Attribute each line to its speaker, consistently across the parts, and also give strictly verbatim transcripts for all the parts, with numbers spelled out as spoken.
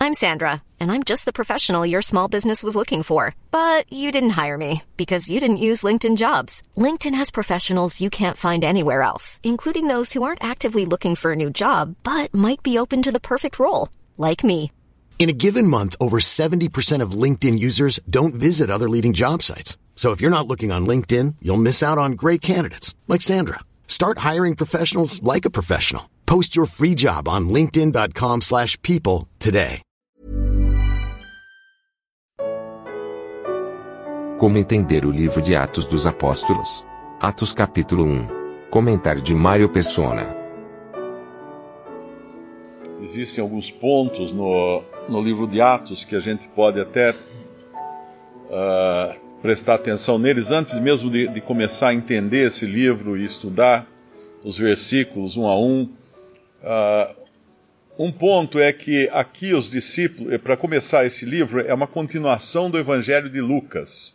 Speaker 1: I'm Sandra, and I'm just the professional your small business was looking for. But you didn't hire me because you didn't use LinkedIn Jobs. LinkedIn has professionals you can't find anywhere else, including those who aren't actively looking for a new job, but might be open to the perfect role, like me.
Speaker 2: In a given month, over seventy percent of LinkedIn users don't visit other leading job sites. So if you're not looking on LinkedIn, you'll miss out on great candidates, like Sandra. Start hiring professionals like a professional. Post your free job on linkedin dot com slash people today.
Speaker 3: Como entender o livro de Atos dos Apóstolos? Atos capítulo um. Comentário de Mário Persona.
Speaker 4: Existem alguns pontos no, no livro de Atos que a gente pode até uh, prestar atenção neles antes mesmo de, de começar a entender esse livro e estudar os versículos um a um. Uh, um ponto é que aqui os discípulos, para começar esse livro, é uma continuação do Evangelho de Lucas.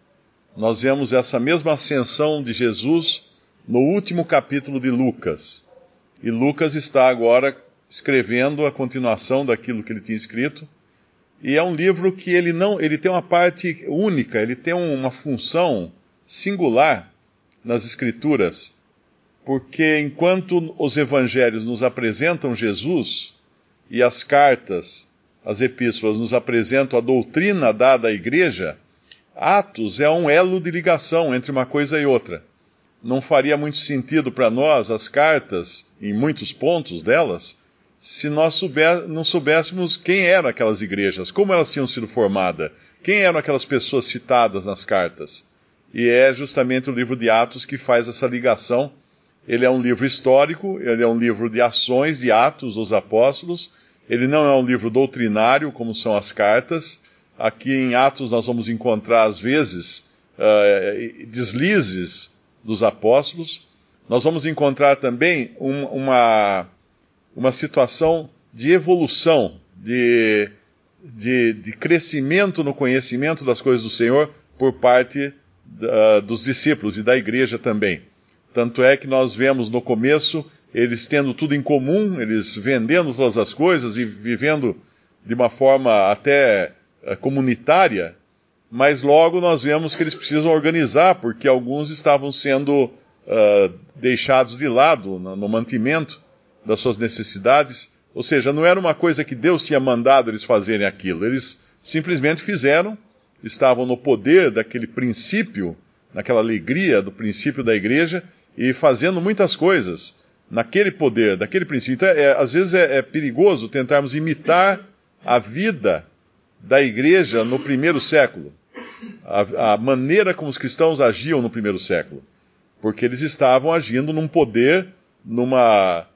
Speaker 4: Nós vemos essa mesma ascensão de Jesus no último capítulo de Lucas. E Lucas está agora escrevendo a continuação daquilo que ele tinha escrito. E é um livro que ele não, ele tem uma parte única, ele tem uma função singular nas Escrituras, porque enquanto os evangelhos nos apresentam Jesus e as cartas, as epístolas nos apresentam a doutrina dada à igreja, Atos é um elo de ligação entre uma coisa e outra. Não faria muito sentido para nós as cartas, em muitos pontos delas, se nós souber, não soubéssemos quem eram aquelas igrejas, como elas tinham sido formadas, quem eram aquelas pessoas citadas nas cartas. E é justamente o livro de Atos que faz essa ligação. Ele é um livro histórico, ele é um livro de ações, de atos dos apóstolos, ele não é um livro doutrinário, como são as cartas. Aqui em Atos nós vamos encontrar, às vezes, uh, deslizes dos apóstolos. Nós vamos encontrar também um, uma, uma situação de evolução, de, de, de crescimento no conhecimento das coisas do Senhor por parte uh, dos discípulos e da igreja também. Tanto é que nós vemos no começo eles tendo tudo em comum, eles vendendo todas as coisas e vivendo de uma forma até uh, comunitária, mas logo nós vemos que eles precisam organizar, porque alguns estavam sendo uh, deixados de lado no, no mantimento das suas necessidades. Ou seja, não era uma coisa que Deus tinha mandado eles fazerem aquilo, eles simplesmente fizeram, estavam no poder daquele princípio, naquela alegria do princípio da igreja, e fazendo muitas coisas naquele poder, daquele princípio. Então, é, às vezes é, é perigoso tentarmos imitar a vida da igreja no primeiro século, a, a maneira como os cristãos agiam no primeiro século, porque eles estavam agindo num poder, numa,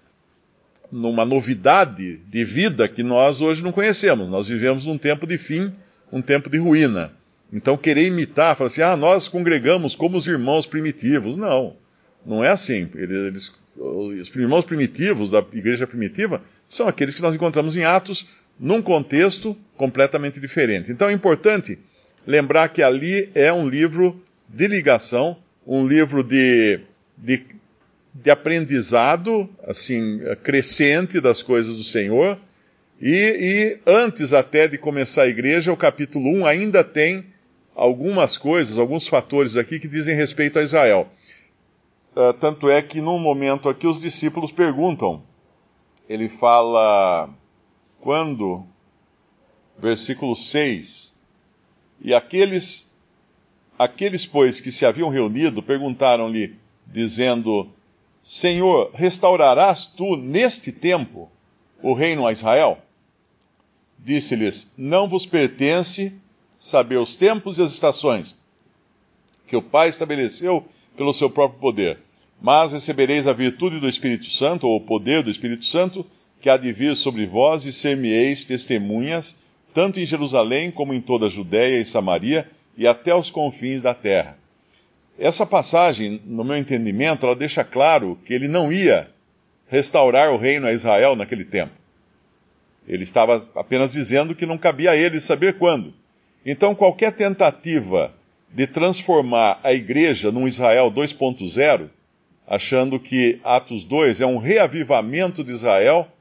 Speaker 4: numa novidade de vida que nós hoje não conhecemos. Nós vivemos num tempo de fim, um tempo de ruína. Então, querer imitar, falar assim, ah, nós congregamos como os irmãos primitivos. Não, não é assim. Eles, os irmãos primitivos da igreja primitiva são aqueles que nós encontramos em Atos, num contexto completamente diferente. Então, é importante lembrar que ali é um livro de ligação, um livro de, de, de aprendizado, assim, crescente das coisas do Senhor. E, e antes até de começar a igreja, o capítulo um ainda tem algumas coisas, alguns fatores aqui que dizem respeito a Israel. Uh, tanto é que num momento aqui os discípulos perguntam, ele fala, quando? Versículo seis, e aqueles, aqueles, pois, que se haviam reunido, perguntaram-lhe, dizendo, Senhor, restaurarás tu neste tempo o reino a Israel? Disse-lhes, não vos pertence saber os tempos e as estações que o Pai estabeleceu pelo seu próprio poder, mas recebereis a virtude do Espírito Santo, ou o poder do Espírito Santo, que há de vir sobre vós, e ser-me-eis testemunhas, tanto em Jerusalém como em toda a Judéia e Samaria, e até os confins da terra. Essa passagem, no meu entendimento, ela deixa claro que ele não ia restaurar o reino a Israel naquele tempo. Ele estava apenas dizendo que não cabia a ele saber quando. Então, qualquer tentativa de transformar a igreja num Israel dois ponto zero, achando que Atos dois é um reavivamento de Israel,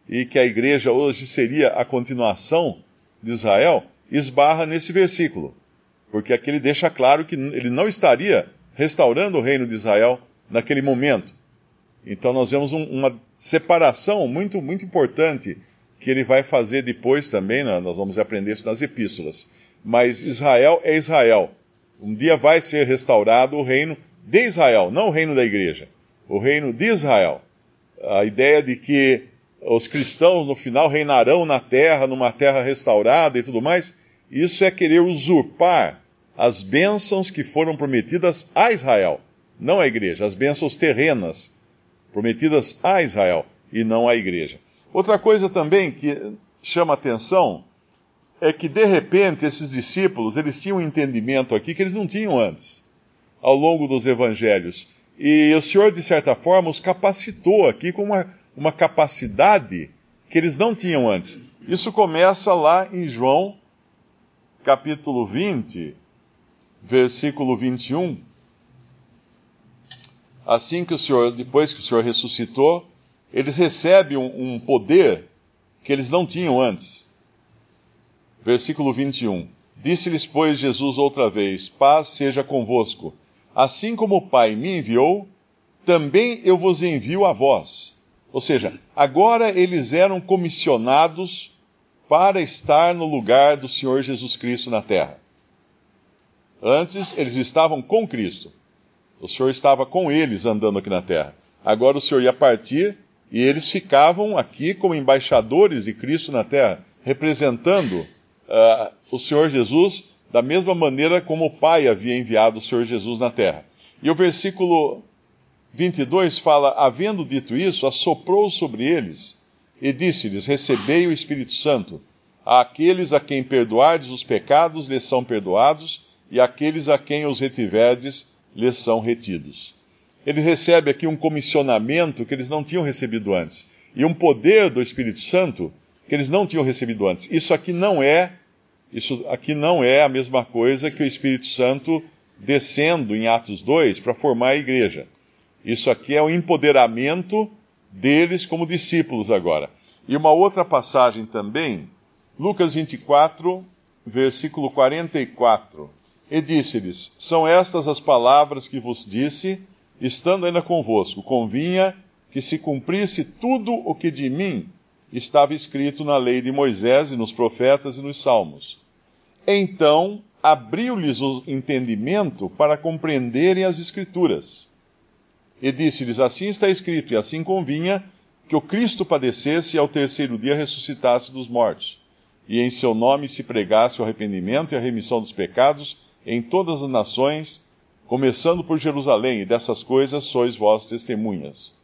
Speaker 4: e que a igreja hoje seria a continuação de Israel, esbarra nesse versículo. Porque aqui ele deixa claro que ele não estaria restaurando o reino de Israel naquele momento. Então nós vemos um, uma separação muito, muito importante que ele vai fazer depois também, né? Nós vamos aprender isso nas epístolas. Mas Israel é Israel. Um dia vai ser restaurado o reino de Israel, não o reino da igreja. O reino de Israel. A ideia de que os cristãos no final reinarão na terra, numa terra restaurada e tudo mais, isso é querer usurpar as bênçãos que foram prometidas a Israel, não à igreja, as bênçãos terrenas prometidas a Israel e não à igreja. Outra coisa também que chama atenção é que, de repente, esses discípulos, eles tinham um entendimento aqui que eles não tinham antes, ao longo dos evangelhos. E o Senhor, de certa forma, os capacitou aqui com uma, uma capacidade que eles não tinham antes. Isso começa lá em João, capítulo vinte, versículo vinte e um. Assim que o Senhor, depois que o Senhor ressuscitou, eles recebem um, um poder que eles não tinham antes. Versículo vinte e um. Disse-lhes, pois, Jesus outra vez, paz seja convosco. Assim como o Pai me enviou, também eu vos envio a vós. Ou seja, agora eles eram comissionados para estar no lugar do Senhor Jesus Cristo na terra. Antes, eles estavam com Cristo. O Senhor estava com eles andando aqui na terra. Agora o Senhor ia partir e eles ficavam aqui como embaixadores de Cristo na terra, representando uh, o Senhor Jesus da mesma maneira como o Pai havia enviado o Senhor Jesus na terra. E o versículo vinte e dois fala, havendo dito isso, assoprou sobre eles e disse-lhes, recebei o Espírito Santo. Àqueles a quem perdoardes os pecados, lhes são perdoados, e àqueles a quem os retiverdes, lhes são retidos. Ele recebe aqui um comissionamento que eles não tinham recebido antes, e um poder do Espírito Santo que eles não tinham recebido antes. Isso aqui não é, isso aqui não é a mesma coisa que o Espírito Santo descendo em Atos dois para formar a igreja. Isso aqui é o empoderamento deles como discípulos agora. E uma outra passagem também, Lucas vinte e quatro, versículo quarenta e quatro. E disse-lhes, são estas as palavras que vos disse, estando ainda convosco, convinha que se cumprisse tudo o que de mim estava escrito na lei de Moisés e nos profetas e nos salmos. Então abriu-lhes o entendimento para compreenderem as Escrituras. E disse-lhes, assim está escrito, e assim convinha que o Cristo padecesse e ao terceiro dia ressuscitasse dos mortos, e em seu nome se pregasse o arrependimento e a remissão dos pecados em todas as nações, começando por Jerusalém, e dessas coisas sois vós testemunhas.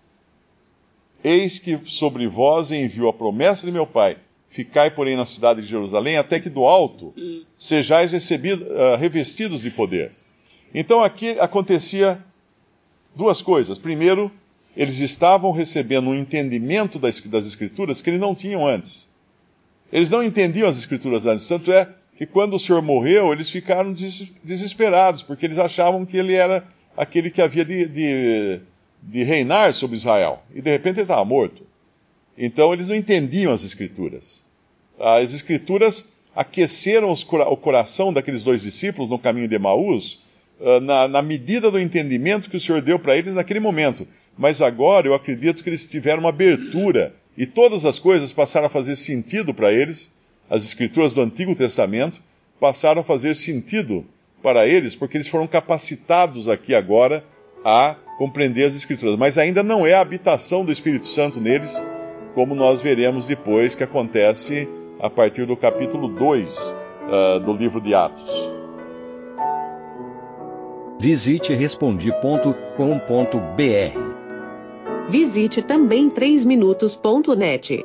Speaker 4: Eis que sobre vós envio a promessa de meu Pai, ficai, porém, na cidade de Jerusalém, até que do alto sejais recebido, uh, revestidos de poder. Então aqui acontecia duas coisas. Primeiro, eles estavam recebendo um entendimento das, das Escrituras que eles não tinham antes. Eles não entendiam as Escrituras antes, tanto é que quando o Senhor morreu, eles ficaram desesperados, porque eles achavam que ele era aquele que havia de, de, de reinar sobre Israel. E de repente ele estava morto. Então eles não entendiam as Escrituras. As Escrituras aqueceram os, o coração daqueles dois discípulos no caminho de Emaús, na, na medida do entendimento que o Senhor deu para eles naquele momento. Mas agora eu acredito que eles tiveram uma abertura, e todas as coisas passaram a fazer sentido para eles. As Escrituras do Antigo Testamento passaram a fazer sentido para eles, porque eles foram capacitados aqui agora a compreender as Escrituras. Mas ainda não é a habitação do Espírito Santo neles, como nós veremos depois que acontece a partir do capítulo dois uh, do livro de Atos.
Speaker 5: Visite respondi ponto com ponto b r.
Speaker 6: Visite também três minutos ponto net.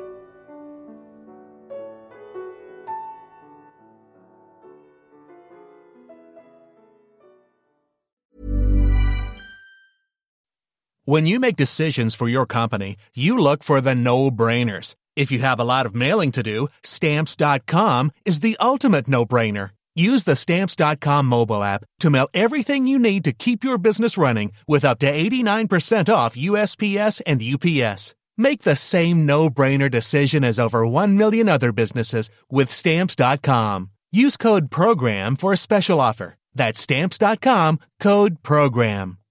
Speaker 7: When you make decisions for your company, you look for the no-brainers. If you have a lot of mailing to do, Stamps dot com is the ultimate no-brainer. Use the Stamps dot com mobile app to mail everything you need to keep your business running with up to eighty-nine percent off U S P S and U P S. Make the same no-brainer decision as over one million other businesses with Stamps dot com. Use code PROGRAM for a special offer. That's Stamps dot com, code PROGRAM.